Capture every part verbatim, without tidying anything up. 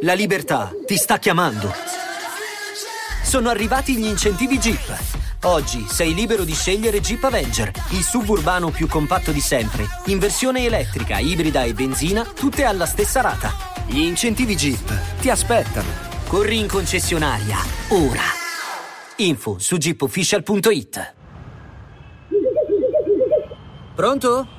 La libertà ti sta chiamando. Sono arrivati gli incentivi Jeep. Oggi sei libero di scegliere Jeep Avenger, il suburbano più compatto di sempre, in versione elettrica, ibrida e benzina, tutte alla stessa rata. Gli incentivi Jeep ti aspettano. Corri in concessionaria, ora. Info su jeep official punto it. Pronto?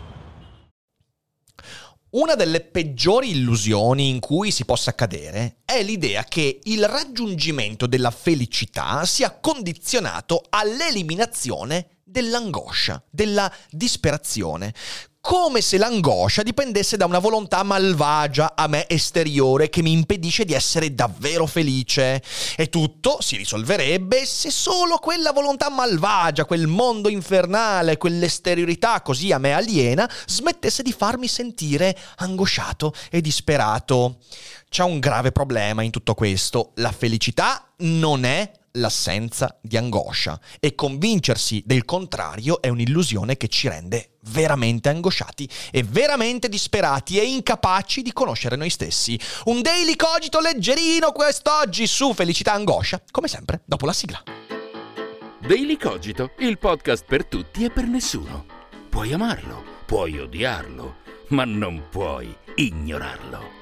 Una delle peggiori illusioni in cui si possa cadere è l'idea che il raggiungimento della felicità sia condizionato all'eliminazione dell'angoscia, della disperazione. Come se l'angoscia dipendesse da una volontà malvagia a me esteriore che mi impedisce di essere davvero felice. E tutto si risolverebbe se solo quella volontà malvagia, quel mondo infernale, quell'esteriorità così a me aliena, smettesse di farmi sentire angosciato e disperato. C'è un grave problema in tutto questo. La felicità non è l'assenza di angoscia e convincersi del contrario è un'illusione che ci rende veramente angosciati e veramente disperati e incapaci di conoscere noi stessi. Un Daily Cogito leggerino quest'oggi su felicità e angoscia, come sempre dopo la sigla. Daily Cogito, il podcast per tutti e per nessuno. Puoi amarlo, puoi odiarlo, ma non puoi ignorarlo.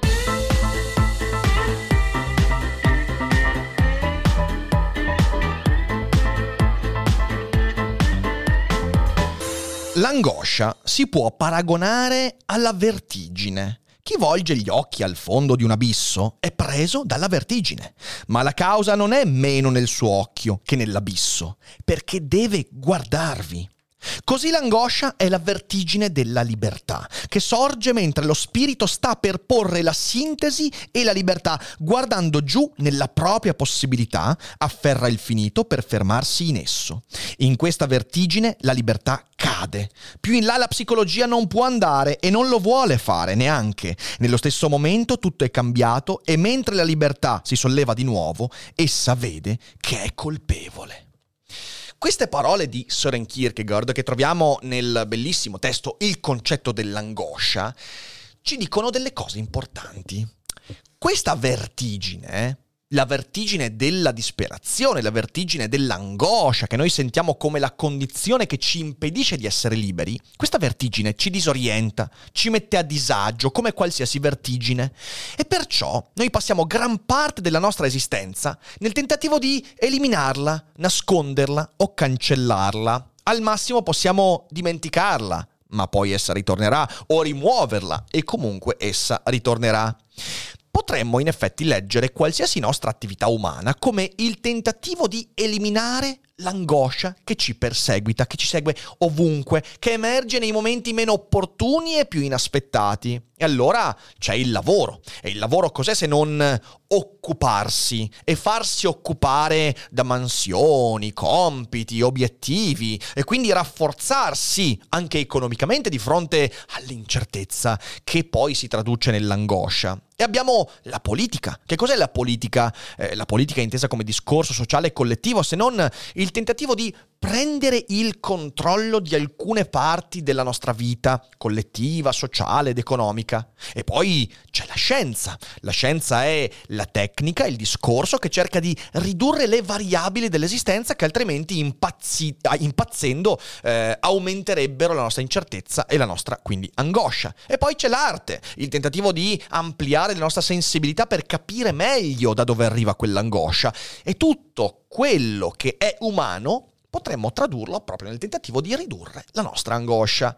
L'angoscia si può paragonare alla vertigine. Chi volge gli occhi al fondo di un abisso è preso dalla vertigine, ma la causa non è meno nel suo occhio che nell'abisso, perché deve guardarvi. Così l'angoscia è la vertigine della libertà, che sorge mentre lo spirito sta per porre la sintesi e la libertà, guardando giù nella propria possibilità, afferra il finito per fermarsi in esso. In questa vertigine la libertà cade. Più in là la psicologia non può andare e non lo vuole fare neanche. Nello stesso momento tutto è cambiato e mentre la libertà si solleva di nuovo, essa vede che è colpevole. Queste parole di Søren Kierkegaard, che troviamo nel bellissimo testo Il concetto dell'angoscia, ci dicono delle cose importanti. Questa vertigine, la vertigine della disperazione, la vertigine dell'angoscia, che noi sentiamo come la condizione che ci impedisce di essere liberi, questa vertigine ci disorienta, ci mette a disagio, come qualsiasi vertigine. E perciò noi passiamo gran parte della nostra esistenza nel tentativo di eliminarla, nasconderla o cancellarla. Al massimo possiamo dimenticarla, ma poi essa ritornerà, o rimuoverla, e comunque essa ritornerà. Potremmo in effetti leggere qualsiasi nostra attività umana come il tentativo di eliminare l'angoscia che ci perseguita, che ci segue ovunque, che emerge nei momenti meno opportuni e più inaspettati. E allora c'è il lavoro. E il lavoro cos'è se non occuparsi e farsi occupare da mansioni, compiti, obiettivi e quindi rafforzarsi anche economicamente di fronte all'incertezza che poi si traduce nell'angoscia. E abbiamo la politica. Che cos'è la politica? Eh, la politica intesa come discorso sociale e collettivo, se non il tentativo di prendere il controllo di alcune parti della nostra vita collettiva, sociale ed economica. E poi c'è la scienza. La scienza è la tecnica, il discorso che cerca di ridurre le variabili dell'esistenza che altrimenti impazzi- impazzendo eh, aumenterebbero la nostra incertezza e la nostra quindi angoscia. E poi c'è l'arte, il tentativo di ampliare la nostra sensibilità per capire meglio da dove arriva quell'angoscia. E tutto quello che è umano potremmo tradurlo proprio nel tentativo di ridurre la nostra angoscia.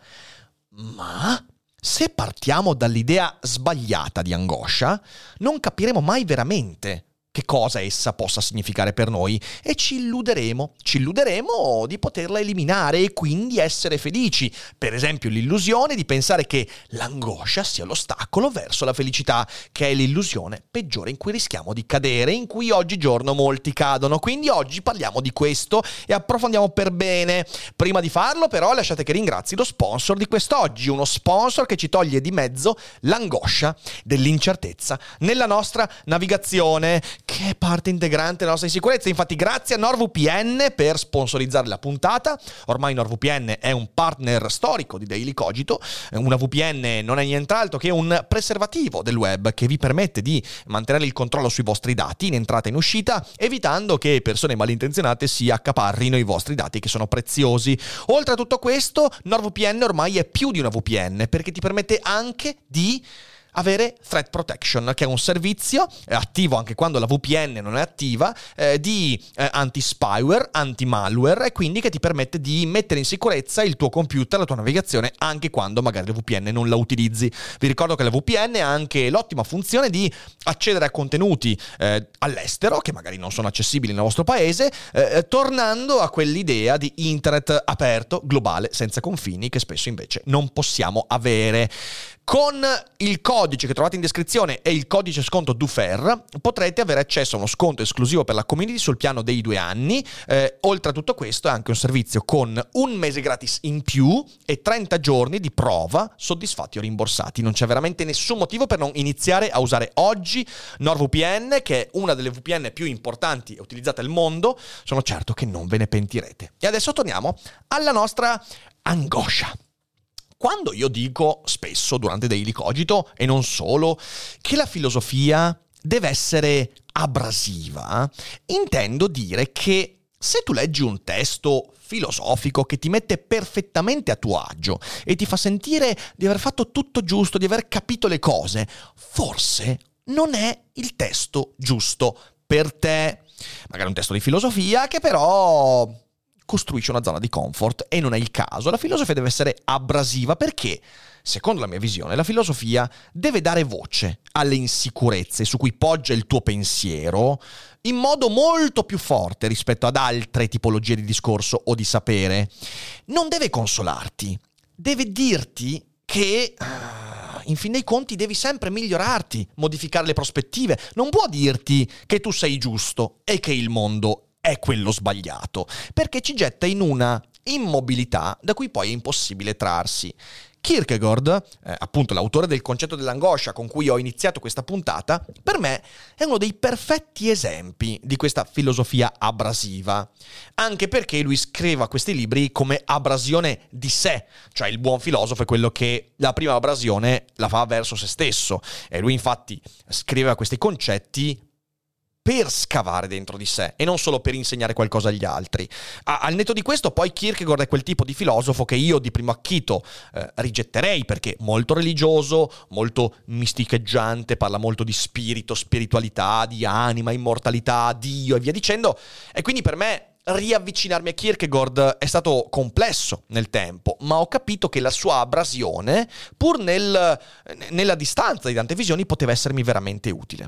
Ma se partiamo dall'idea sbagliata di angoscia, non capiremo mai veramente che cosa essa possa significare per noi e ci illuderemo, ci illuderemo di poterla eliminare e quindi essere felici. Per esempio l'illusione di pensare che l'angoscia sia l'ostacolo verso la felicità, che è l'illusione peggiore in cui rischiamo di cadere, in cui oggigiorno molti cadono. Quindi oggi parliamo di questo e approfondiamo per bene. Prima di farlo però lasciate che ringrazi lo sponsor di quest'oggi, uno sponsor che ci toglie di mezzo l'angoscia dell'incertezza nella nostra navigazione, che è parte integrante della nostra sicurezza. Infatti grazie a NordVPN per sponsorizzare la puntata. Ormai NordVPN è un partner storico di Daily Cogito. Una V P N non è nient'altro che un preservativo del web che vi permette di mantenere il controllo sui vostri dati in entrata e in uscita, evitando che persone malintenzionate si accaparrino i vostri dati che sono preziosi. Oltre a tutto questo, NordVPN ormai è più di una V P N, perché ti permette anche di avere Threat Protection, che è un servizio eh, attivo anche quando la V P N non è attiva, eh, di eh, anti-spyware, anti-malware, e quindi che ti permette di mettere in sicurezza il tuo computer, la tua navigazione, anche quando magari la V P N non la utilizzi. Vi ricordo che la V P N ha anche l'ottima funzione di accedere a contenuti eh, all'estero, che magari non sono accessibili nel vostro paese, eh, tornando a quell'idea di internet aperto, globale, senza confini, che spesso invece non possiamo avere. Con il codice che trovate in descrizione e il codice sconto DUFER potrete avere accesso a uno sconto esclusivo per la community sul piano dei due anni. Eh, oltre a tutto questo è anche un servizio con un mese gratis in più e trenta giorni di prova soddisfatti o rimborsati. Non c'è veramente nessun motivo per non iniziare a usare oggi NordVPN, che è una delle V P N più importanti e utilizzate al mondo. Sono certo che non ve ne pentirete. E adesso torniamo alla nostra angoscia. Quando io dico spesso durante Daily Cogito, e non solo, che la filosofia deve essere abrasiva, intendo dire che se tu leggi un testo filosofico che ti mette perfettamente a tuo agio e ti fa sentire di aver fatto tutto giusto, di aver capito le cose, forse non è il testo giusto per te. Magari un testo di filosofia che però costruisce una zona di comfort, e non è il caso. La filosofia deve essere abrasiva perché, secondo la mia visione, la filosofia deve dare voce alle insicurezze su cui poggia il tuo pensiero in modo molto più forte rispetto ad altre tipologie di discorso o di sapere. Non deve consolarti, deve dirti che in fin dei conti devi sempre migliorarti, modificare le prospettive. Non può dirti che tu sei giusto e che il mondo è quello sbagliato, perché ci getta in una immobilità da cui poi è impossibile trarsi. Kierkegaard, eh, appunto l'autore del concetto dell'angoscia con cui ho iniziato questa puntata, per me è uno dei perfetti esempi di questa filosofia abrasiva, anche perché lui scrive questi libri come abrasione di sé, cioè il buon filosofo è quello che la prima abrasione la fa verso se stesso, e lui infatti scriveva questi concetti per scavare dentro di sé e non solo per insegnare qualcosa agli altri. A, al netto di questo, poi Kierkegaard è quel tipo di filosofo che io di primo acchito eh, rigetterei, perché molto religioso, molto misticheggiante, parla molto di spirito, spiritualità, di anima, immortalità, Dio e via dicendo, e quindi per me riavvicinarmi a Kierkegaard è stato complesso nel tempo, ma ho capito che la sua abrasione, pur nel, nella distanza di tante visioni, poteva essermi veramente utile.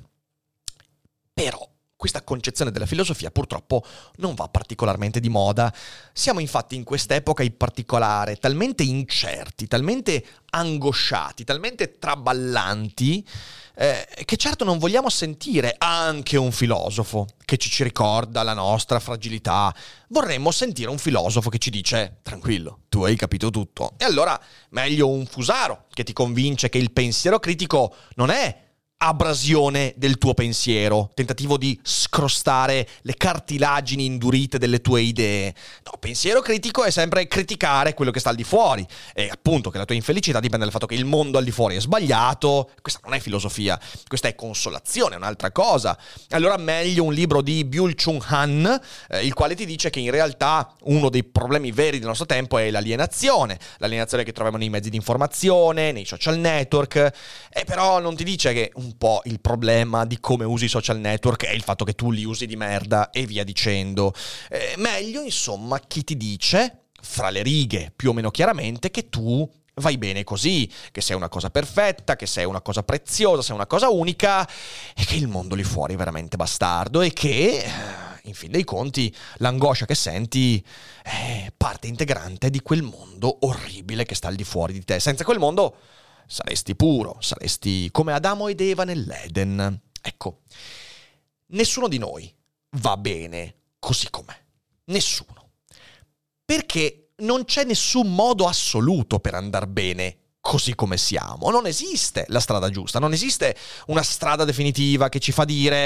Però questa concezione della filosofia purtroppo non va particolarmente di moda. Siamo infatti in quest'epoca in particolare talmente incerti, talmente angosciati, talmente traballanti, eh, che certo non vogliamo sentire anche un filosofo che ci, ci ricorda la nostra fragilità. Vorremmo sentire un filosofo che ci dice: tranquillo, tu hai capito tutto. E allora meglio un Fusaro che ti convince che il pensiero critico non è abrasione del tuo pensiero, tentativo di scrostare le cartilagini indurite delle tue idee. No, pensiero critico è sempre criticare quello che sta al di fuori, e appunto che la tua infelicità dipende dal fatto che il mondo al di fuori è sbagliato. Questa non è filosofia, questa è consolazione, è un'altra cosa. Allora meglio un libro di Byul-Chul Han, eh, il quale ti dice che in realtà uno dei problemi veri del nostro tempo è l'alienazione, l'alienazione che troviamo nei mezzi di informazione, nei social network, e però non ti dice che un po' il problema di come usi i social network è il fatto che tu li usi di merda e via dicendo. Eh, meglio, insomma, chi ti dice, fra le righe, più o meno chiaramente, che tu vai bene così, che sei una cosa perfetta, che sei una cosa preziosa, sei una cosa unica, e che il mondo lì fuori è veramente bastardo, e che, in fin dei conti, l'angoscia che senti è parte integrante di quel mondo orribile che sta al di fuori di te. Senza quel mondo saresti puro, saresti come Adamo ed Eva nell'Eden. Ecco, nessuno di noi va bene così com'è. Nessuno. Perché non c'è nessun modo assoluto per andar bene così come siamo. Non esiste la strada giusta, non esiste una strada definitiva che ci fa dire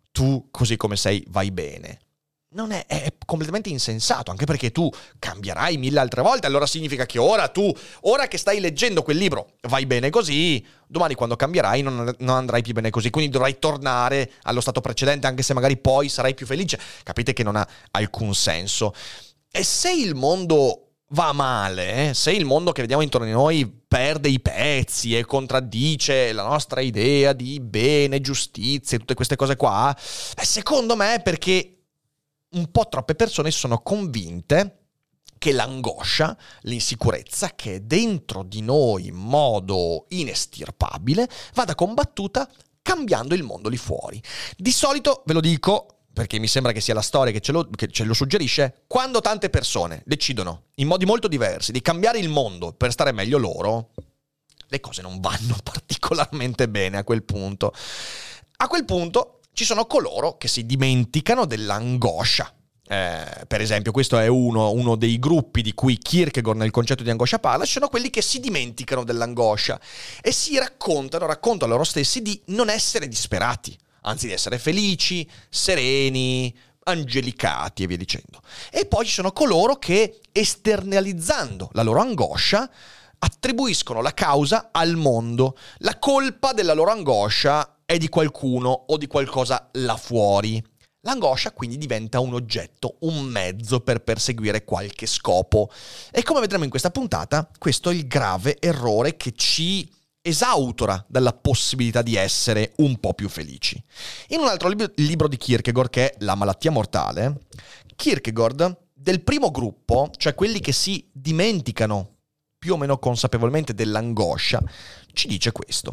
tu così come sei vai bene. Non è, è completamente insensato, anche perché tu cambierai mille altre volte, allora significa che ora tu, ora che stai leggendo quel libro, vai bene così, domani quando cambierai non, non andrai più bene così, quindi dovrai tornare allo stato precedente, anche se magari poi sarai più felice. Capite che non ha alcun senso. E se il mondo va male, eh, se il mondo che vediamo intorno a noi perde i pezzi e contraddice la nostra idea di bene, giustizia e tutte queste cose qua, eh, secondo me è perché un po' troppe persone sono convinte che l'angoscia, l'insicurezza che è dentro di noi in modo inestirpabile vada combattuta cambiando il mondo lì fuori. Di solito, ve lo dico, perché mi sembra che sia la storia che ce lo, che ce lo suggerisce, quando tante persone decidono in modi molto diversi di cambiare il mondo per stare meglio loro, le cose non vanno particolarmente bene a quel punto. A quel punto ci sono coloro che si dimenticano dell'angoscia. Eh, per esempio, questo è uno, uno dei gruppi di cui Kierkegaard nel concetto di angoscia parla. Ci sono quelli che si dimenticano dell'angoscia e si raccontano, raccontano a loro stessi di non essere disperati, anzi di essere felici, sereni, angelicati e via dicendo. E poi ci sono coloro che, esternalizzando la loro angoscia, attribuiscono la causa al mondo. La colpa della loro angoscia è di qualcuno o di qualcosa là fuori. L'angoscia quindi diventa un oggetto, un mezzo per perseguire qualche scopo. E come vedremo in questa puntata, questo è il grave errore che ci esautora dalla possibilità di essere un po' più felici. In un altro lib- libro di Kierkegaard, che è La malattia mortale, Kierkegaard del primo gruppo, cioè quelli che si dimenticano più o meno consapevolmente dell'angoscia, ci dice questo.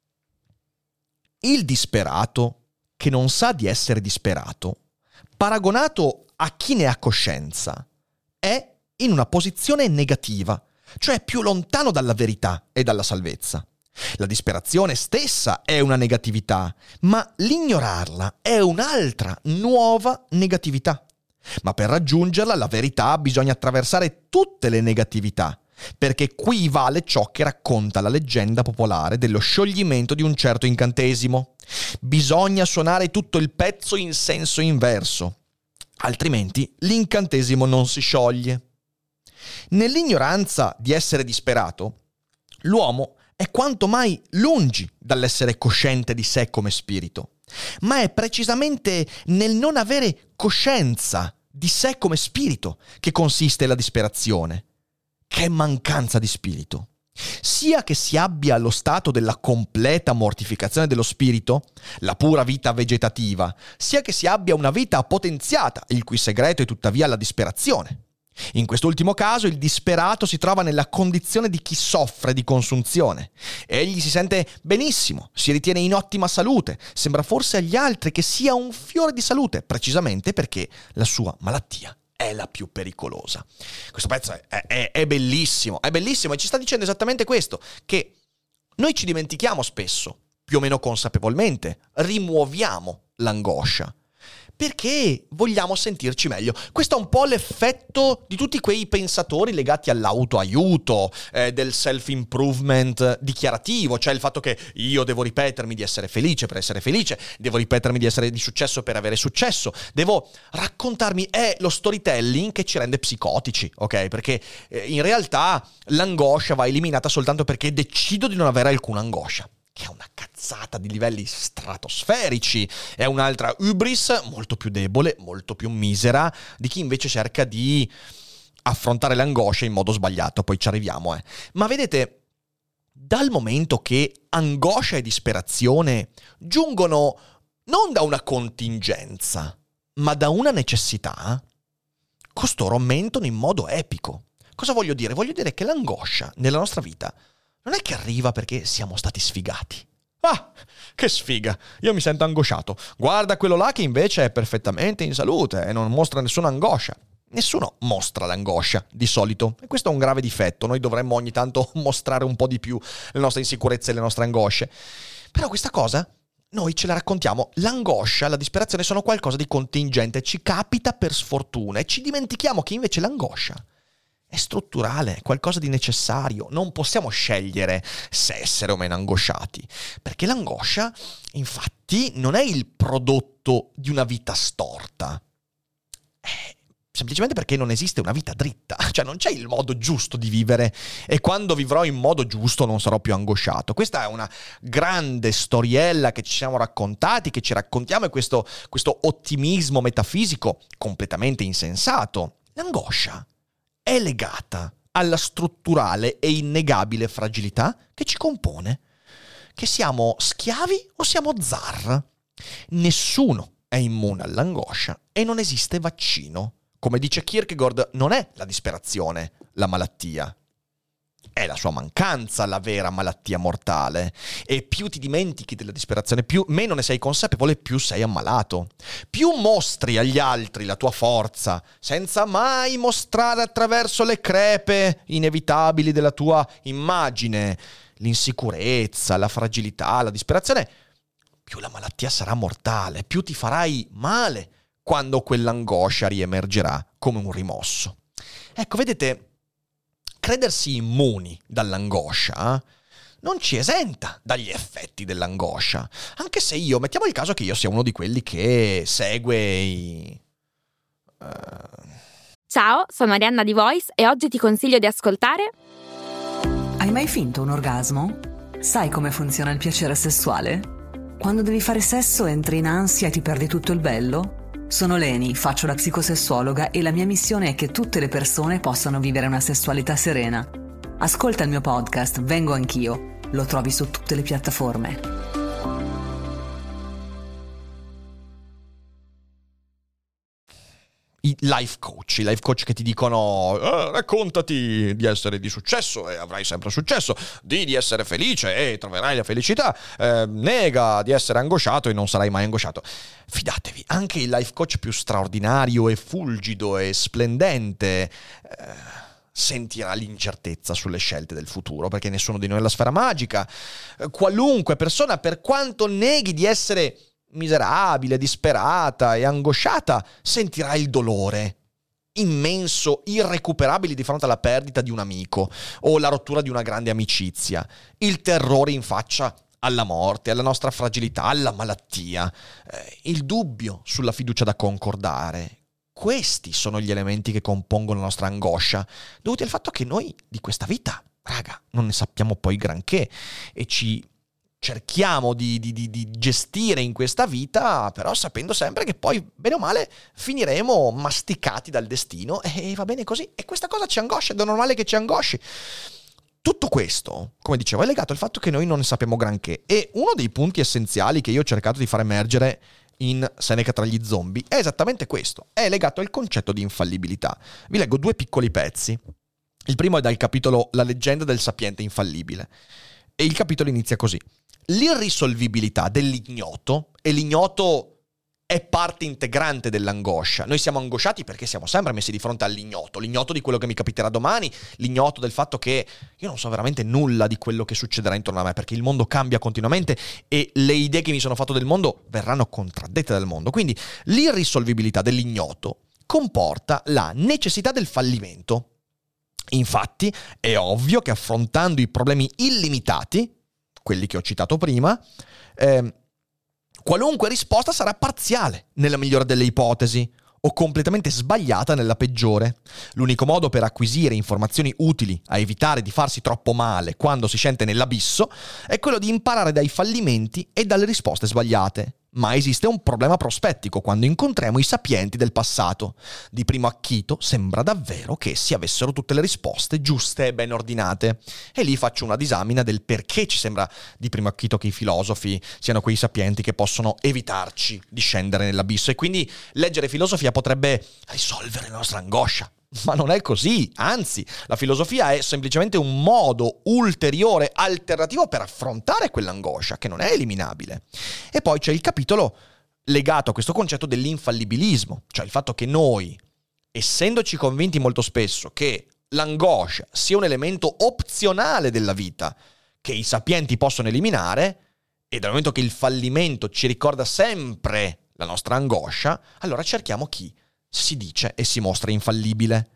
Il disperato, che non sa di essere disperato, paragonato a chi ne ha coscienza, è in una posizione negativa, cioè più lontano dalla verità e dalla salvezza. La disperazione stessa è una negatività, ma l'ignorarla è un'altra, nuova negatività. Ma per raggiungerla, la verità, bisogna attraversare tutte le negatività, perché qui vale ciò che racconta la leggenda popolare dello scioglimento di un certo incantesimo. Bisogna suonare tutto il pezzo in senso inverso, altrimenti l'incantesimo non si scioglie. Nell'ignoranza di essere disperato, l'uomo è quanto mai lungi dall'essere cosciente di sé come spirito, ma è precisamente nel non avere coscienza di sé come spirito che consiste la disperazione, che è mancanza di spirito. Sia che si abbia lo stato della completa mortificazione dello spirito, la pura vita vegetativa, sia che si abbia una vita potenziata, il cui segreto è tuttavia la disperazione. In quest'ultimo caso il disperato si trova nella condizione di chi soffre di consunzione. Egli si sente benissimo, si ritiene in ottima salute, sembra forse agli altri che sia un fiore di salute, precisamente perché la sua malattia è la più pericolosa. Questo pezzo è, è, è bellissimo, è bellissimo e ci sta dicendo esattamente questo, che noi ci dimentichiamo spesso, più o meno consapevolmente, rimuoviamo l'angoscia, perché vogliamo sentirci meglio. Questo è un po' l'effetto di tutti quei pensatori legati all'autoaiuto, eh, del self-improvement dichiarativo, cioè il fatto che io devo ripetermi di essere felice per essere felice, devo ripetermi di essere di successo per avere successo, devo raccontarmi, è lo storytelling che ci rende psicotici, ok? Perché eh, in realtà l'angoscia va eliminata soltanto perché decido di non avere alcuna angoscia, che è una cazzata di livelli stratosferici, è un'altra hubris molto più debole, molto più misera di chi invece cerca di affrontare l'angoscia in modo sbagliato, poi ci arriviamo, eh. Ma vedete, dal momento che angoscia e disperazione giungono non da una contingenza, ma da una necessità, costoro aumentano in modo epico. Cosa voglio dire? Voglio dire che l'angoscia nella nostra vita non è che arriva perché siamo stati sfigati. Ah, che sfiga, io mi sento angosciato. Guarda quello là che invece è perfettamente in salute e non mostra nessuna angoscia. Nessuno mostra l'angoscia, di solito. E questo è un grave difetto. Noi dovremmo ogni tanto mostrare un po' di più le nostre insicurezze e le nostre angosce. Però questa cosa noi ce la raccontiamo. L'angoscia, la disperazione sono qualcosa di contingente. Ci capita per sfortuna e ci dimentichiamo che invece l'angoscia è strutturale, è qualcosa di necessario. Non possiamo scegliere se essere o meno angosciati, perché l'angoscia, infatti, non è il prodotto di una vita storta. È semplicemente perché non esiste una vita dritta, cioè non c'è il modo giusto di vivere e quando vivrò in modo giusto non sarò più angosciato. Questa è una grande storiella che ci siamo raccontati, che ci raccontiamo, e questo, questo ottimismo metafisico completamente insensato. L'angoscia è legata alla strutturale e innegabile fragilità che ci compone. Che siamo schiavi o siamo zar? Nessuno è immune all'angoscia e non esiste vaccino. Come dice Kierkegaard, non è la disperazione la malattia, è la sua mancanza la vera malattia mortale. E più ti dimentichi della disperazione, più meno ne sei consapevole, più sei ammalato. Più mostri agli altri la tua forza, senza mai mostrare attraverso le crepe inevitabili della tua immagine l'insicurezza, la fragilità, la disperazione, più la malattia sarà mortale, più ti farai male quando quell'angoscia riemergerà come un rimosso. Ecco, vedete, credersi immuni dall'angoscia non ci esenta dagli effetti dell'angoscia, anche se io, mettiamo il caso che io sia uno di quelli che segue i... Uh... Ciao, sono Arianna di Voice e oggi ti consiglio di ascoltare... Hai mai finto un orgasmo? Sai come funziona il piacere sessuale? Quando devi fare sesso entri in ansia e ti perdi tutto il bello? Sono Leni, faccio la psicosessuologa e la mia missione è che tutte le persone possano vivere una sessualità serena. Ascolta il mio podcast Vengo Anch'io, lo trovi su tutte le piattaforme. I life coach, i life coach che ti dicono eh, raccontati di essere di successo e avrai sempre successo, di, di essere felice e troverai la felicità, eh, nega di essere angosciato e non sarai mai angosciato. Fidatevi, anche il life coach più straordinario e fulgido e splendente eh, sentirà l'incertezza sulle scelte del futuro, perché nessuno di noi è la sfera magica. Eh, qualunque persona, per quanto neghi di essere miserabile, disperata e angosciata, sentirà il dolore immenso, irrecuperabile di fronte alla perdita di un amico o la rottura di una grande amicizia, il terrore in faccia alla morte, alla nostra fragilità, alla malattia, eh, il dubbio sulla fiducia da concordare. Questi sono gli elementi che compongono la nostra angoscia, dovuti al fatto che noi di questa vita, raga, non ne sappiamo poi granché e ci cerchiamo di, di, di, di gestire in questa vita, però sapendo sempre che poi, bene o male, finiremo masticati dal destino e va bene così. E questa cosa ci angoscia, ed è normale che ci angosci. Tutto questo, come dicevo, è legato al fatto che noi non ne sappiamo granché. E uno dei punti essenziali che io ho cercato di far emergere in Seneca tra gli zombie è esattamente questo. È legato al concetto di infallibilità. Vi leggo due piccoli pezzi. Il primo è dal capitolo La leggenda del sapiente infallibile. E il capitolo inizia così. L'irrisolvibilità dell'ignoto, e l'ignoto è parte integrante dell'angoscia. Noi siamo angosciati perché siamo sempre messi di fronte all'ignoto, l'ignoto di quello che mi capiterà domani, l'ignoto del fatto che io non so veramente nulla di quello che succederà intorno a me, perché il mondo cambia continuamente e le idee che mi sono fatto del mondo verranno contraddette dal mondo. Quindi l'irrisolvibilità dell'ignoto comporta la necessità del fallimento. Infatti è ovvio che affrontando i problemi illimitati, quelli che ho citato prima, eh, qualunque risposta sarà parziale nella migliore delle ipotesi o completamente sbagliata nella peggiore. L'unico modo per acquisire informazioni utili a evitare di farsi troppo male quando si scende nell'abisso è quello di imparare dai fallimenti e dalle risposte sbagliate. Ma esiste un problema prospettico quando incontriamo i sapienti del passato. Di primo acchito sembra davvero che essi avessero tutte le risposte giuste e ben ordinate. E lì faccio una disamina del perché ci sembra di primo acchito che i filosofi siano quei sapienti che possono evitarci di scendere nell'abisso. E quindi leggere filosofia potrebbe risolvere la nostra angoscia. Ma non è così, anzi, la filosofia è semplicemente un modo ulteriore, alternativo per affrontare quell'angoscia, che non è eliminabile. E poi c'è il capitolo legato a questo concetto dell'infallibilismo, cioè il fatto che noi, essendoci convinti molto spesso che l'angoscia sia un elemento opzionale della vita, che i sapienti possono eliminare, e dal momento che il fallimento ci ricorda sempre la nostra angoscia, allora cerchiamo chi si dice e si mostra infallibile.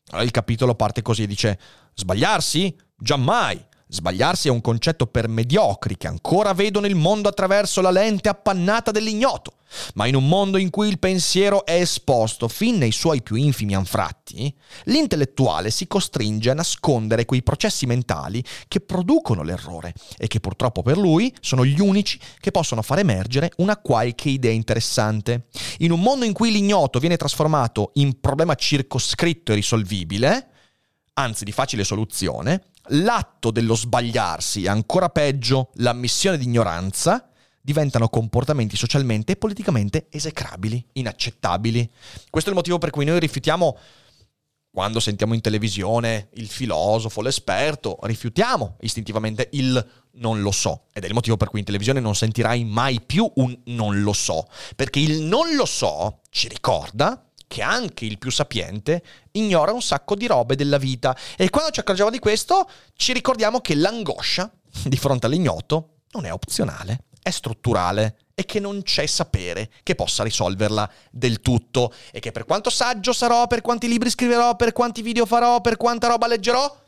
Allora il capitolo parte così, dice: sbagliarsi? Giammai! Sbagliarsi è un concetto per mediocri che ancora vedono il mondo attraverso la lente appannata dell'ignoto. Ma in un mondo in cui il pensiero è esposto fin nei suoi più infimi anfratti, l'intellettuale si costringe a nascondere quei processi mentali che producono l'errore e che purtroppo per lui sono gli unici che possono far emergere una qualche idea interessante. In un mondo in cui l'ignoto viene trasformato in problema circoscritto e risolvibile, anzi di facile soluzione, l'atto dello sbagliarsi e ancora peggio l'ammissione di ignoranza diventano comportamenti socialmente e politicamente esecrabili, inaccettabili. Questo è il motivo per cui noi rifiutiamo, quando sentiamo in televisione il filosofo, l'esperto, rifiutiamo istintivamente il non lo so. Ed è il motivo per cui in televisione non sentirai mai più un non lo so, perché il non lo so ci ricorda che anche il più sapiente ignora un sacco di robe della vita. E quando ci accorgiamo di questo, ci ricordiamo che l'angoscia di fronte all'ignoto non è opzionale, è strutturale e che non c'è sapere che possa risolverla del tutto. E che per quanto saggio sarò, per quanti libri scriverò, per quanti video farò, per quanta roba leggerò,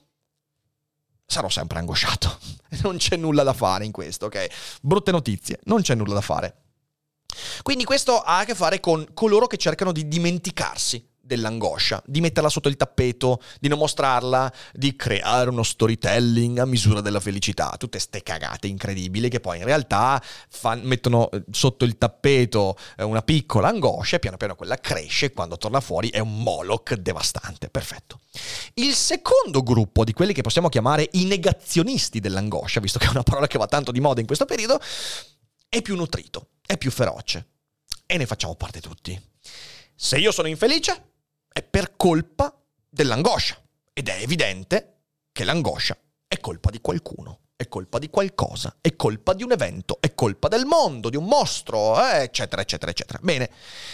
sarò sempre angosciato. Non c'è nulla da fare in questo, ok? Brutte notizie, non c'è nulla da fare. Quindi questo ha a che fare con coloro che cercano di dimenticarsi dell'angoscia, di metterla sotto il tappeto, di non mostrarla, di creare uno storytelling a misura della felicità. Tutte ste cagate incredibili che poi in realtà fan, mettono sotto il tappeto una piccola angoscia e piano piano quella cresce e quando torna fuori è un Moloch devastante. Perfetto. Il secondo gruppo di quelli che possiamo chiamare i negazionisti dell'angoscia, visto che è una parola che va tanto di moda in questo periodo, è più nutrito, è più feroce e ne facciamo parte tutti. Se io sono infelice è per colpa dell'angoscia ed è evidente che l'angoscia è colpa di qualcuno, è colpa di qualcosa, è colpa di un evento, è colpa del mondo, di un mostro, eh, eccetera, eccetera, eccetera. Bene,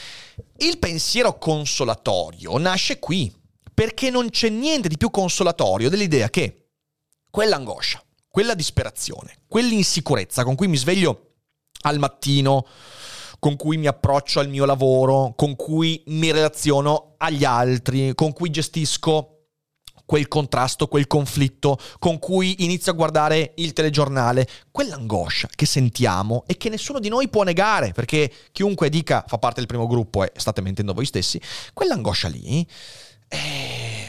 il pensiero consolatorio nasce qui perché non c'è niente di più consolatorio dell'idea che quell'angoscia, quella disperazione, quell'insicurezza con cui mi sveglio al mattino, con cui mi approccio al mio lavoro, con cui mi relaziono agli altri, con cui gestisco quel contrasto, quel conflitto, con cui inizio a guardare il telegiornale, quell'angoscia che sentiamo e che nessuno di noi può negare, perché chiunque dica fa parte del primo gruppo e state mentendo voi stessi, quell'angoscia lì è,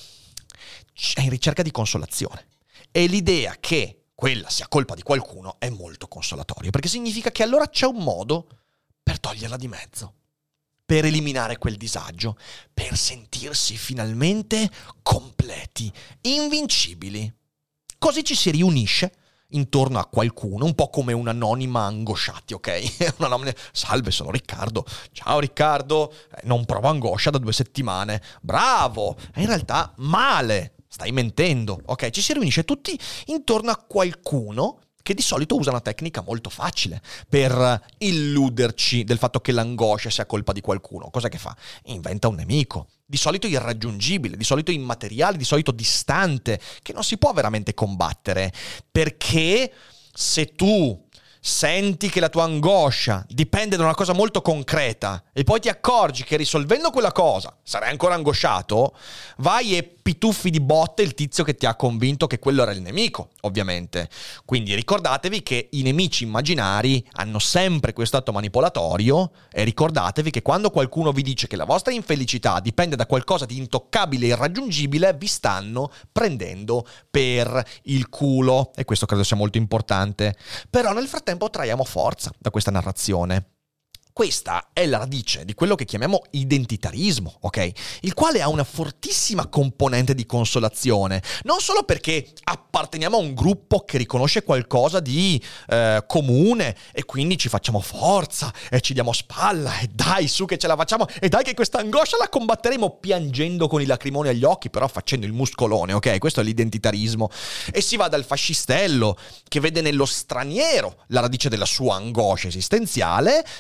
è in ricerca di consolazione. E l'idea che quella sia colpa di qualcuno è molto consolatorio, perché significa che allora c'è un modo per toglierla di mezzo, per eliminare quel disagio, per sentirsi finalmente completi, invincibili. Così ci si riunisce intorno a qualcuno, un po' come un'anonima angosciati, ok? Un'anonima, salve, sono Riccardo. Ciao Riccardo, eh, non provo angoscia da due settimane. Bravo! E in realtà male. Stai mentendo, ok? Ci si riunisce tutti intorno a qualcuno che di solito usa una tecnica molto facile per illuderci del fatto che l'angoscia sia colpa di qualcuno. Cosa che fa? Inventa un nemico, di solito irraggiungibile, di solito immateriale, di solito distante, che non si può veramente combattere, perché se tu senti che la tua angoscia dipende da una cosa molto concreta e poi ti accorgi che risolvendo quella cosa sarai ancora angosciato, vai e pituffi di botte il tizio che ti ha convinto che quello era il nemico, ovviamente. Quindi ricordatevi che i nemici immaginari hanno sempre questo atto manipolatorio e ricordatevi che quando qualcuno vi dice che la vostra infelicità dipende da qualcosa di intoccabile e irraggiungibile, vi stanno prendendo per il culo. E questo credo sia molto importante. Però nel frattempo traiamo forza da questa narrazione. Questa è la radice di quello che chiamiamo identitarismo, ok? Il quale ha una fortissima componente di consolazione, non solo perché apparteniamo a un gruppo che riconosce qualcosa di eh, comune e quindi ci facciamo forza e ci diamo spalla e dai su che ce la facciamo e dai che questa angoscia la combatteremo piangendo con i lacrimoni agli occhi, però facendo il muscolone, ok? Questo è l'identitarismo. E si va dal fascistello che vede nello straniero la radice della sua angoscia esistenziale fino alla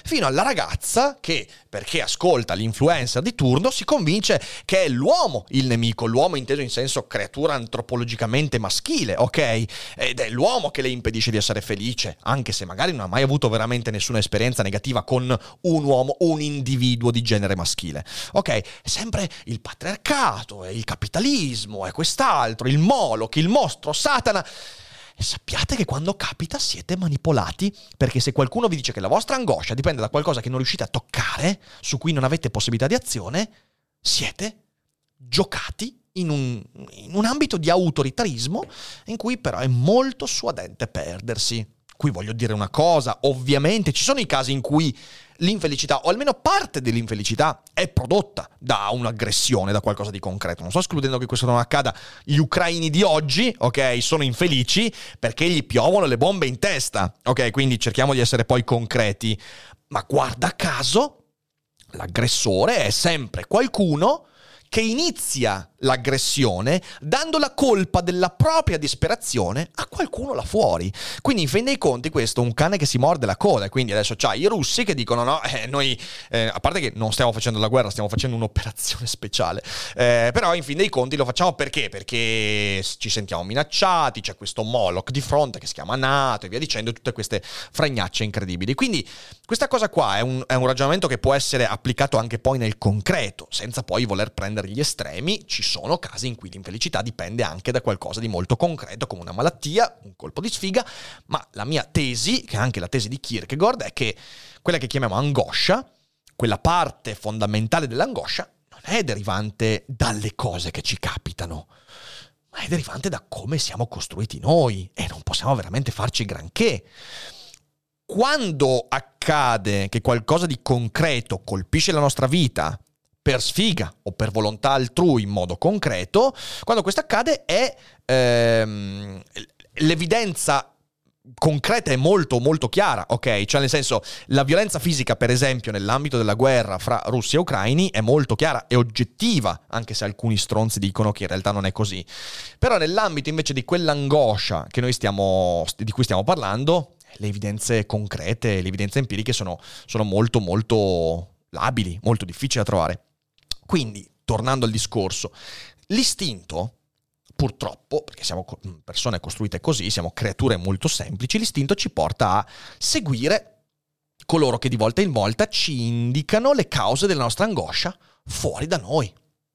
ragazza che, perché ascolta l'influencer di turno, si convince che è l'uomo il nemico, l'uomo inteso in senso creatura antropologicamente maschile, ok? Ed è l'uomo che le impedisce di essere felice, anche se magari non ha mai avuto veramente nessuna esperienza negativa con un uomo, un individuo di genere maschile, ok? È sempre il patriarcato, è il capitalismo, è quest'altro, il Moloch, il mostro, Satana. E sappiate che quando capita siete manipolati, perché se qualcuno vi dice che la vostra angoscia dipende da qualcosa che non riuscite a toccare, su cui non avete possibilità di azione, siete giocati in un, in un ambito di autoritarismo in cui però è molto suadente perdersi. Qui voglio dire una cosa, ovviamente ci sono i casi in cui l'infelicità, o almeno parte dell'infelicità, è prodotta da un'aggressione, da qualcosa di concreto. Non sto escludendo che questo non accada. Gli ucraini di oggi, ok, sono infelici perché gli piovono le bombe in testa, ok? Quindi cerchiamo di essere poi concreti. Ma guarda caso, l'aggressore è sempre qualcuno che inizia l'aggressione dando la colpa della propria disperazione a qualcuno là fuori. Quindi in fin dei conti questo è un cane che si morde la coda, e quindi adesso c'hai i russi che dicono no, eh, noi, eh, a parte che non stiamo facendo la guerra, stiamo facendo un'operazione speciale, eh, però in fin dei conti lo facciamo perché? Perché ci sentiamo minacciati, c'è questo Moloch di fronte che si chiama NATO e via dicendo, tutte queste fregnacce incredibili. Quindi questa cosa qua è un, è un ragionamento che può essere applicato anche poi nel concreto, senza poi voler prendere gli estremi. Ci sono casi in cui l'infelicità dipende anche da qualcosa di molto concreto, come una malattia, un colpo di sfiga, ma la mia tesi, che è anche la tesi di Kierkegaard, è che quella che chiamiamo angoscia, quella parte fondamentale dell'angoscia, non è derivante dalle cose che ci capitano, ma è derivante da come siamo costruiti noi, e non possiamo veramente farci granché. Quando accade che qualcosa di concreto colpisce la nostra vita per sfiga o per volontà altrui in modo concreto, quando questo accade è ehm, l'evidenza concreta è molto molto chiara, ok? Cioè nel senso, la violenza fisica per esempio nell'ambito della guerra fra russi e ucraini è molto chiara e oggettiva, anche se alcuni stronzi dicono che in realtà non è così. Però nell'ambito invece di quell'angoscia che noi stiamo, di cui stiamo parlando, le evidenze concrete, le evidenze empiriche sono, sono molto molto labili, molto difficili da trovare. Quindi, tornando al discorso, l'istinto, purtroppo, perché siamo persone costruite così, siamo creature molto semplici, l'istinto ci porta a seguire coloro che di volta in volta ci indicano le cause della nostra angoscia fuori da noi.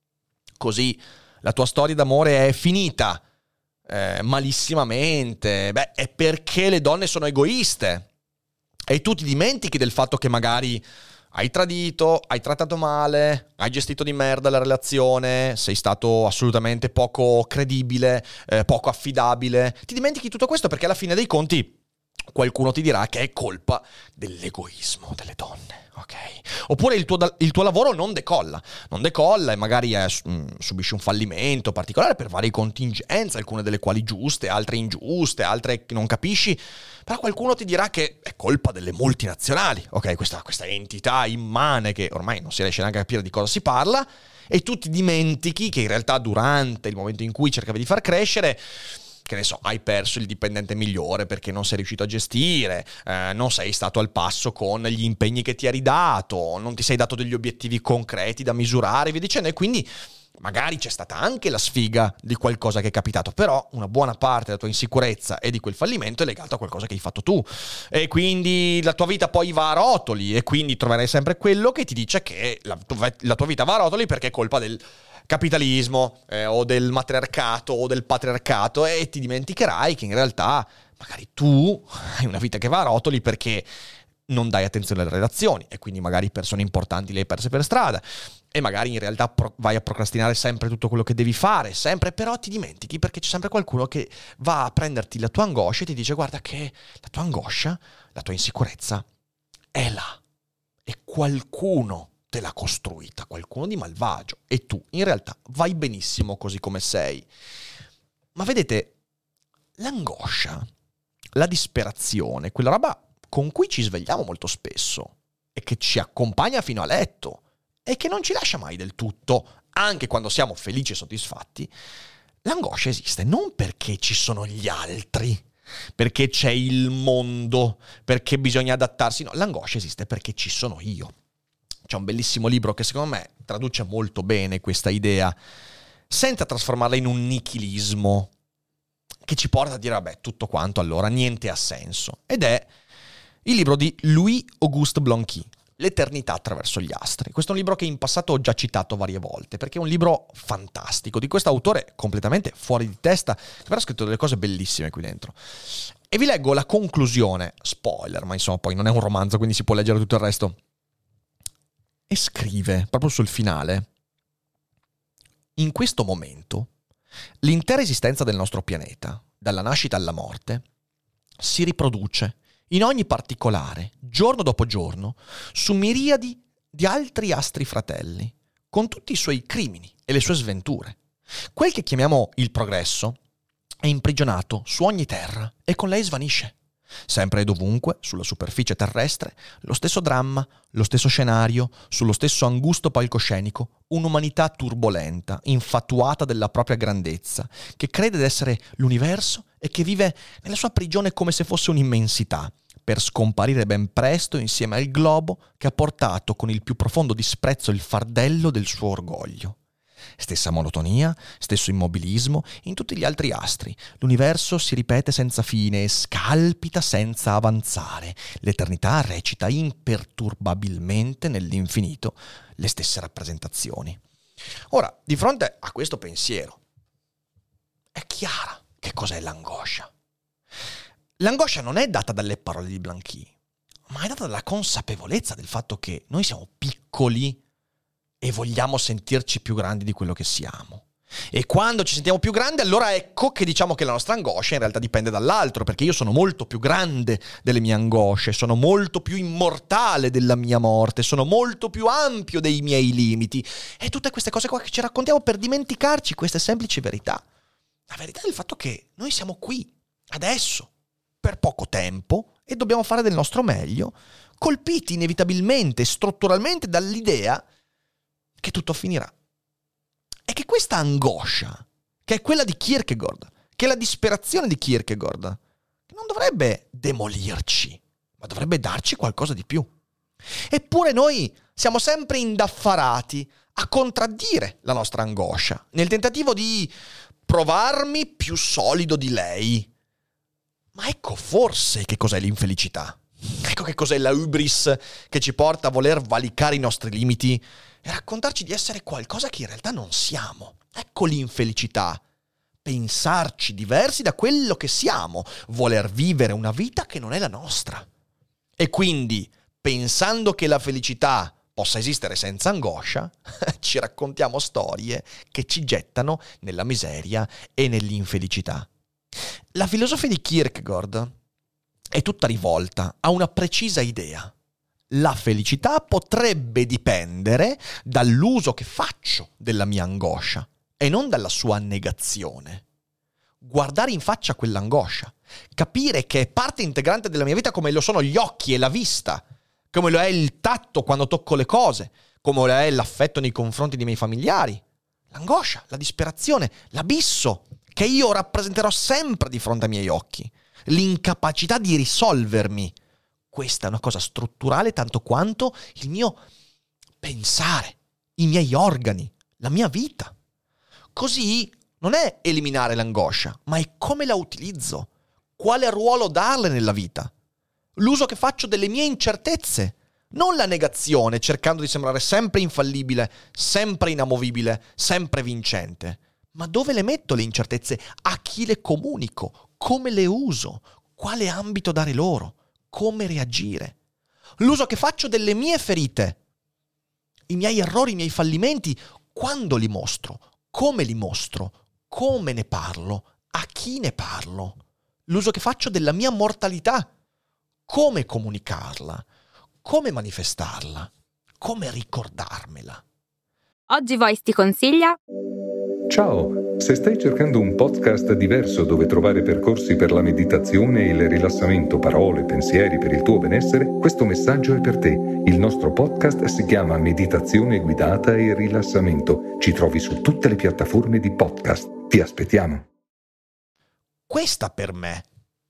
Così la tua storia d'amore è finita eh, malissimamente, beh, è perché le donne sono egoiste e tu ti dimentichi del fatto che magari hai tradito, hai trattato male, hai gestito di merda la relazione, sei stato assolutamente poco credibile, eh, poco affidabile. Ti dimentichi tutto questo perché alla fine dei conti qualcuno ti dirà che è colpa dell'egoismo delle donne, ok? Oppure il tuo, il tuo lavoro non decolla, non decolla e magari è, subisci un fallimento particolare per varie contingenze, alcune delle quali giuste, altre ingiuste, altre che non capisci, però qualcuno ti dirà che è colpa delle multinazionali, ok? Questa, questa entità immane che ormai non si riesce neanche a capire di cosa si parla, e tu ti dimentichi che in realtà durante il momento in cui cercavi di far crescere, che ne so, hai perso il dipendente migliore perché non sei riuscito a gestire, eh, non sei stato al passo con gli impegni che ti eri dato, non ti sei dato degli obiettivi concreti da misurare, via dicendo, e quindi magari c'è stata anche la sfiga di qualcosa che è capitato, però una buona parte della tua insicurezza e di quel fallimento è legata a qualcosa che hai fatto tu, e quindi la tua vita poi va a rotoli, e quindi troverai sempre quello che ti dice che la, la tua vita va a rotoli perché è colpa del capitalismo eh, o del matriarcato o del patriarcato, e ti dimenticherai che in realtà magari tu hai una vita che va a rotoli perché non dai attenzione alle relazioni, e quindi magari persone importanti le hai perse per strada, e magari in realtà pro- vai a procrastinare sempre tutto quello che devi fare, sempre, però ti dimentichi perché c'è sempre qualcuno che va a prenderti la tua angoscia e ti dice: guarda che la tua angoscia, la tua insicurezza è là, e qualcuno te l'ha costruita, qualcuno di malvagio, e tu in realtà vai benissimo così come sei. Ma vedete, l'angoscia, la disperazione, quella roba con cui ci svegliamo molto spesso e che ci accompagna fino a letto e che non ci lascia mai del tutto, anche quando siamo felici e soddisfatti, l'angoscia esiste non perché ci sono gli altri, perché c'è il mondo, perché bisogna adattarsi. No, l'angoscia esiste perché ci sono io. C'è un bellissimo libro che secondo me traduce molto bene questa idea, senza trasformarla in un nichilismo che ci porta a dire vabbè, tutto quanto allora, niente ha senso. Ed è il libro di Louis-Auguste Blanqui, L'eternità attraverso gli astri. Questo è un libro che in passato ho già citato varie volte, perché è un libro fantastico, di questo autore completamente fuori di testa, che però ha scritto delle cose bellissime qui dentro. E vi leggo la conclusione, spoiler, ma insomma poi non è un romanzo, quindi si può leggere tutto il resto. E scrive, proprio sul finale: in questo momento, l'intera esistenza del nostro pianeta, dalla nascita alla morte, si riproduce in ogni particolare, giorno dopo giorno, su miriadi di altri astri fratelli, con tutti i suoi crimini e le sue sventure. Quel che chiamiamo il progresso è imprigionato su ogni terra e con lei svanisce. Sempre e dovunque, sulla superficie terrestre, lo stesso dramma, lo stesso scenario, sullo stesso angusto palcoscenico, un'umanità turbolenta, infatuata della propria grandezza, che crede d'essere l'universo e che vive nella sua prigione come se fosse un'immensità, per scomparire ben presto insieme al globo che ha portato con il più profondo disprezzo il fardello del suo orgoglio. Stessa monotonia, stesso immobilismo in tutti gli altri astri. L'universo si ripete senza fine e scalpita senza avanzare. L'eternità recita imperturbabilmente nell'infinito le stesse rappresentazioni. Ora, di fronte a questo pensiero, è chiara che cos'è l'angoscia. L'angoscia non è data dalle parole di Blanqui, ma è data dalla consapevolezza del fatto che noi siamo piccoli e vogliamo sentirci più grandi di quello che siamo. E quando ci sentiamo più grandi, allora ecco che diciamo che la nostra angoscia in realtà dipende dall'altro, perché io sono molto più grande delle mie angosce, sono molto più immortale della mia morte, sono molto più ampio dei miei limiti. E tutte queste cose qua che ci raccontiamo per dimenticarci queste semplici verità. La verità è il fatto che noi siamo qui, adesso, per poco tempo, e dobbiamo fare del nostro meglio, colpiti inevitabilmente, strutturalmente dall'idea che tutto finirà. E che questa angoscia, che è quella di Kierkegaard, che è la disperazione di Kierkegaard, non dovrebbe demolirci, ma dovrebbe darci qualcosa di più. Eppure noi siamo sempre indaffarati a contraddire la nostra angoscia, nel tentativo di provarmi più solido di lei. Ma ecco forse che cos'è l'infelicità. Ecco che cos'è la hubris che ci porta a voler valicare i nostri limiti e raccontarci di essere qualcosa che in realtà non siamo. Ecco l'infelicità. Pensarci diversi da quello che siamo. Voler vivere una vita che non è la nostra. E quindi, pensando che la felicità possa esistere senza angoscia, ci raccontiamo storie che ci gettano nella miseria e nell'infelicità. La filosofia di Kierkegaard è tutta rivolta a una precisa idea. La felicità potrebbe dipendere dall'uso che faccio della mia angoscia e non dalla sua negazione. Guardare in faccia quell'angoscia, capire che è parte integrante della mia vita come lo sono gli occhi e la vista, come lo è il tatto quando tocco le cose, come lo è l'affetto nei confronti dei miei familiari. L'angoscia, la disperazione, l'abisso che io rappresenterò sempre di fronte ai miei occhi, l'incapacità di risolvermi. Questa è una cosa strutturale tanto quanto il mio pensare, i miei organi, la mia vita. Così non è eliminare l'angoscia, ma è come la utilizzo, quale ruolo darle nella vita. L'uso che faccio delle mie incertezze, non la negazione, cercando di sembrare sempre infallibile, sempre inamovibile, sempre vincente. Ma dove le metto le incertezze? A chi le comunico? Come le uso? Quale ambito dare loro? Come reagire? L'uso che faccio delle mie ferite, i miei errori, i miei fallimenti, quando li mostro? Come li mostro? Come ne parlo? A chi ne parlo? L'uso che faccio della mia mortalità, come comunicarla? Come manifestarla? Come ricordarmela? Oggi Voice ti consiglia... Ciao, se stai cercando un podcast diverso dove trovare percorsi per la meditazione e il rilassamento, parole, pensieri per il tuo benessere, questo messaggio è per te. Il nostro podcast si chiama Meditazione guidata e rilassamento. Ci trovi su tutte le piattaforme di podcast. Ti aspettiamo. Questa per me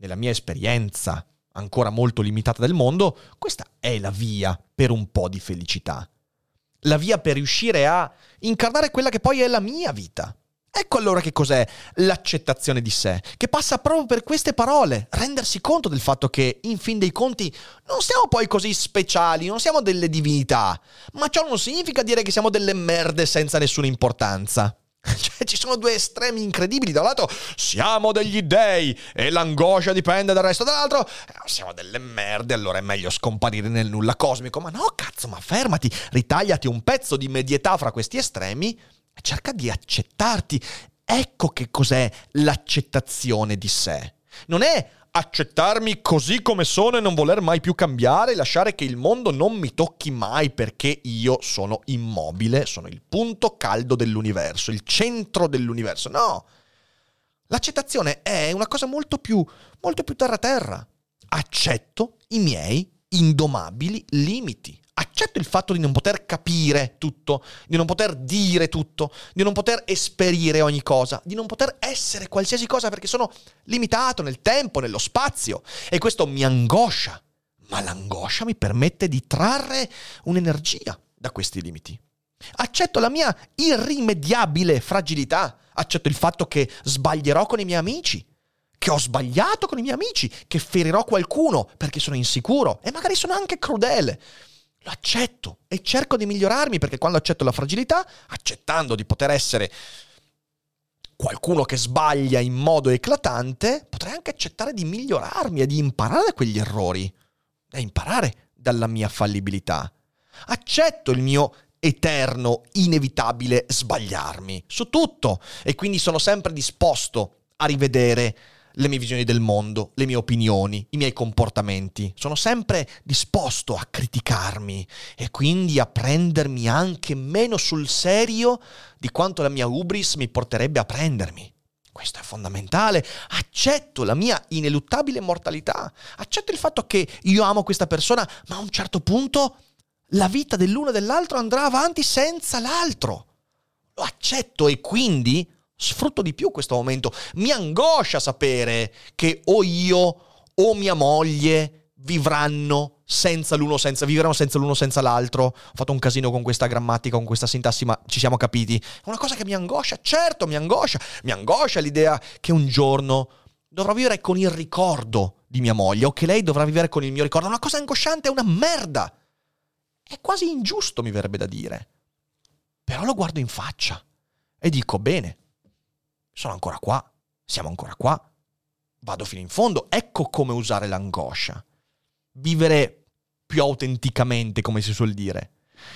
nella mia esperienza ancora molto limitata del mondo, questa è la via per un po' di felicità. La via per riuscire a incarnare quella che poi è la mia vita. Ecco allora che cos'è l'accettazione di sé, che passa proprio per queste parole, rendersi conto del fatto che, in fin dei conti, non siamo poi così speciali, non siamo delle divinità, ma ciò non significa dire che siamo delle merde senza nessuna importanza. Cioè, ci sono due estremi incredibili. Da un lato siamo degli dei e l'angoscia dipende dal resto, dall'altro eh, siamo delle merde, allora è meglio scomparire nel nulla cosmico. Ma no, cazzo, ma fermati, ritagliati un pezzo di medietà fra questi estremi e cerca di accettarti. Ecco che cos'è l'accettazione di sé. Non è accettarmi così come sono e non voler mai più cambiare, lasciare che il mondo non mi tocchi mai perché io sono immobile, sono il punto caldo dell'universo, il centro dell'universo. No, l'accettazione è una cosa molto più, molto più terra-terra. Accetto i miei indomabili limiti. Accetto il fatto di non poter capire tutto, di non poter dire tutto, di non poter esperire ogni cosa, di non poter essere qualsiasi cosa perché sono limitato nel tempo, nello spazio. E questo mi angoscia, ma l'angoscia mi permette di trarre un'energia da questi limiti. Accetto la mia irrimediabile fragilità, accetto il fatto che sbaglierò con i miei amici, che ho sbagliato con i miei amici, che ferirò qualcuno perché sono insicuro e magari sono anche crudele. Lo accetto e cerco di migliorarmi perché quando accetto la fragilità, accettando di poter essere qualcuno che sbaglia in modo eclatante, potrei anche accettare di migliorarmi e di imparare da quegli errori, e imparare dalla mia fallibilità. Accetto il mio eterno, inevitabile sbagliarmi su tutto e quindi sono sempre disposto a rivedere le mie visioni del mondo, le mie opinioni, i miei comportamenti. Sono sempre disposto a criticarmi e quindi a prendermi anche meno sul serio di quanto la mia hubris mi porterebbe a prendermi. Questo è fondamentale. Accetto la mia ineluttabile mortalità. Accetto il fatto che io amo questa persona, ma a un certo punto la vita dell'uno e dell'altro andrà avanti senza l'altro. Lo accetto e quindi sfrutto di più questo momento. Mi angoscia sapere che o io o mia moglie vivranno senza l'uno, senza vivranno senza l'uno senza l'altro. Ho fatto un casino con questa grammatica, con questa sintassi, ma ci siamo capiti. È una cosa che mi angoscia, certo mi angoscia. Mi angoscia l'idea che un giorno dovrò vivere con il ricordo di mia moglie o che lei dovrà vivere con il mio ricordo. È una cosa angosciante, è una merda. È quasi ingiusto, mi verrebbe da dire. Però lo guardo in faccia e dico, bene, sono ancora qua, siamo ancora qua, vado fino in fondo. Ecco come usare l'angoscia. Vivere più autenticamente, come si suol dire.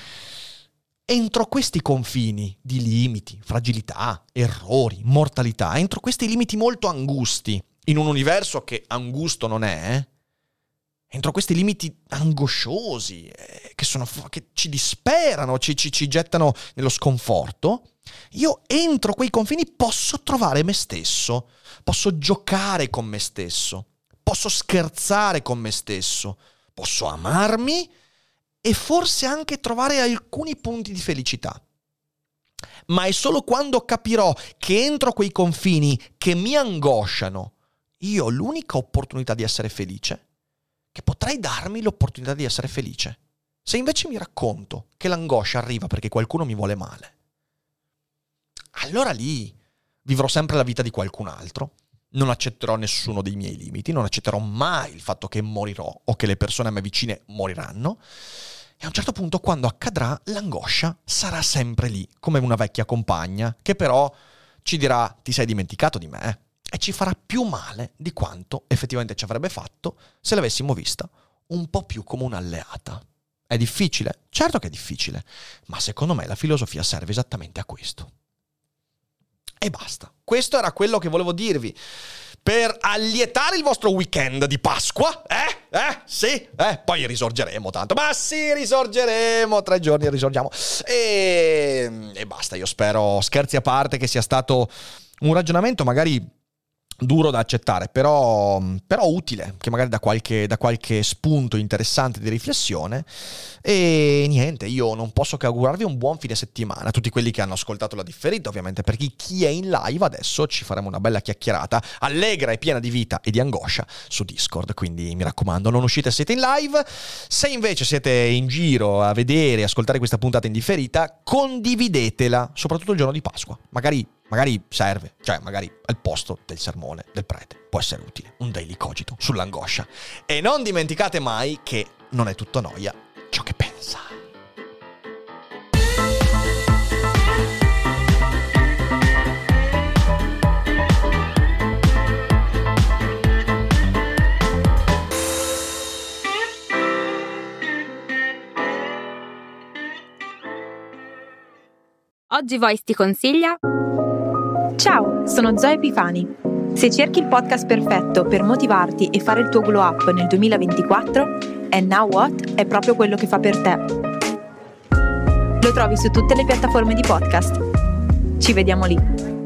Entro questi confini di limiti, fragilità, errori, mortalità, entro questi limiti molto angusti, in un universo che angusto non è, eh? Entro questi limiti angosciosi, eh, che, sono, che ci disperano, ci, ci, ci gettano nello sconforto, io entro quei confini posso trovare me stesso, posso giocare con me stesso, posso scherzare con me stesso, posso amarmi e forse anche trovare alcuni punti di felicità. Ma è solo quando capirò che entro quei confini che mi angosciano, io ho l'unica opportunità di essere felice, che potrei darmi l'opportunità di essere felice. Se invece mi racconto che l'angoscia arriva perché qualcuno mi vuole male, allora lì vivrò sempre la vita di qualcun altro, non accetterò nessuno dei miei limiti, non accetterò mai il fatto che morirò o che le persone a me vicine moriranno, e a un certo punto, quando accadrà, l'angoscia sarà sempre lì, come una vecchia compagna, che però ci dirà ti sei dimenticato di me, e ci farà più male di quanto effettivamente ci avrebbe fatto se l'avessimo vista un po' più come un'alleata. È difficile? Certo che è difficile, ma secondo me la filosofia serve esattamente a questo. E basta. Questo era quello che volevo dirvi per allietare il vostro weekend di Pasqua. Eh? Eh? Sì? Eh? Poi risorgeremo tanto. Ma sì, risorgeremo. Tre giorni risorgiamo. E... e basta. Io spero, scherzi a parte, che sia stato un ragionamento magari duro da accettare, però, però utile, che magari dà qualche, da qualche spunto interessante di riflessione. E niente, io non posso che augurarvi un buon fine settimana a tutti quelli che hanno ascoltato la differita, ovviamente, per chi, chi è in live adesso ci faremo una bella chiacchierata allegra e piena di vita e di angoscia su Discord, quindi mi raccomando, non uscite se siete in live. Se invece siete in giro a vedere e ascoltare questa puntata in differita, condividetela, soprattutto il giorno di Pasqua, magari Magari serve, cioè magari al posto del sermone del prete può essere utile un daily cogito sull'angoscia. E non dimenticate mai che non è tutto noia ciò che pensa. Oggi Voice ti consiglia. Ciao, sono Zoe Epifani. Se cerchi il podcast perfetto per motivarti e fare il tuo glow up nel duemilaventiquattro, And Now What è proprio quello che fa per te. Lo trovi su tutte le piattaforme di podcast. Ci vediamo lì.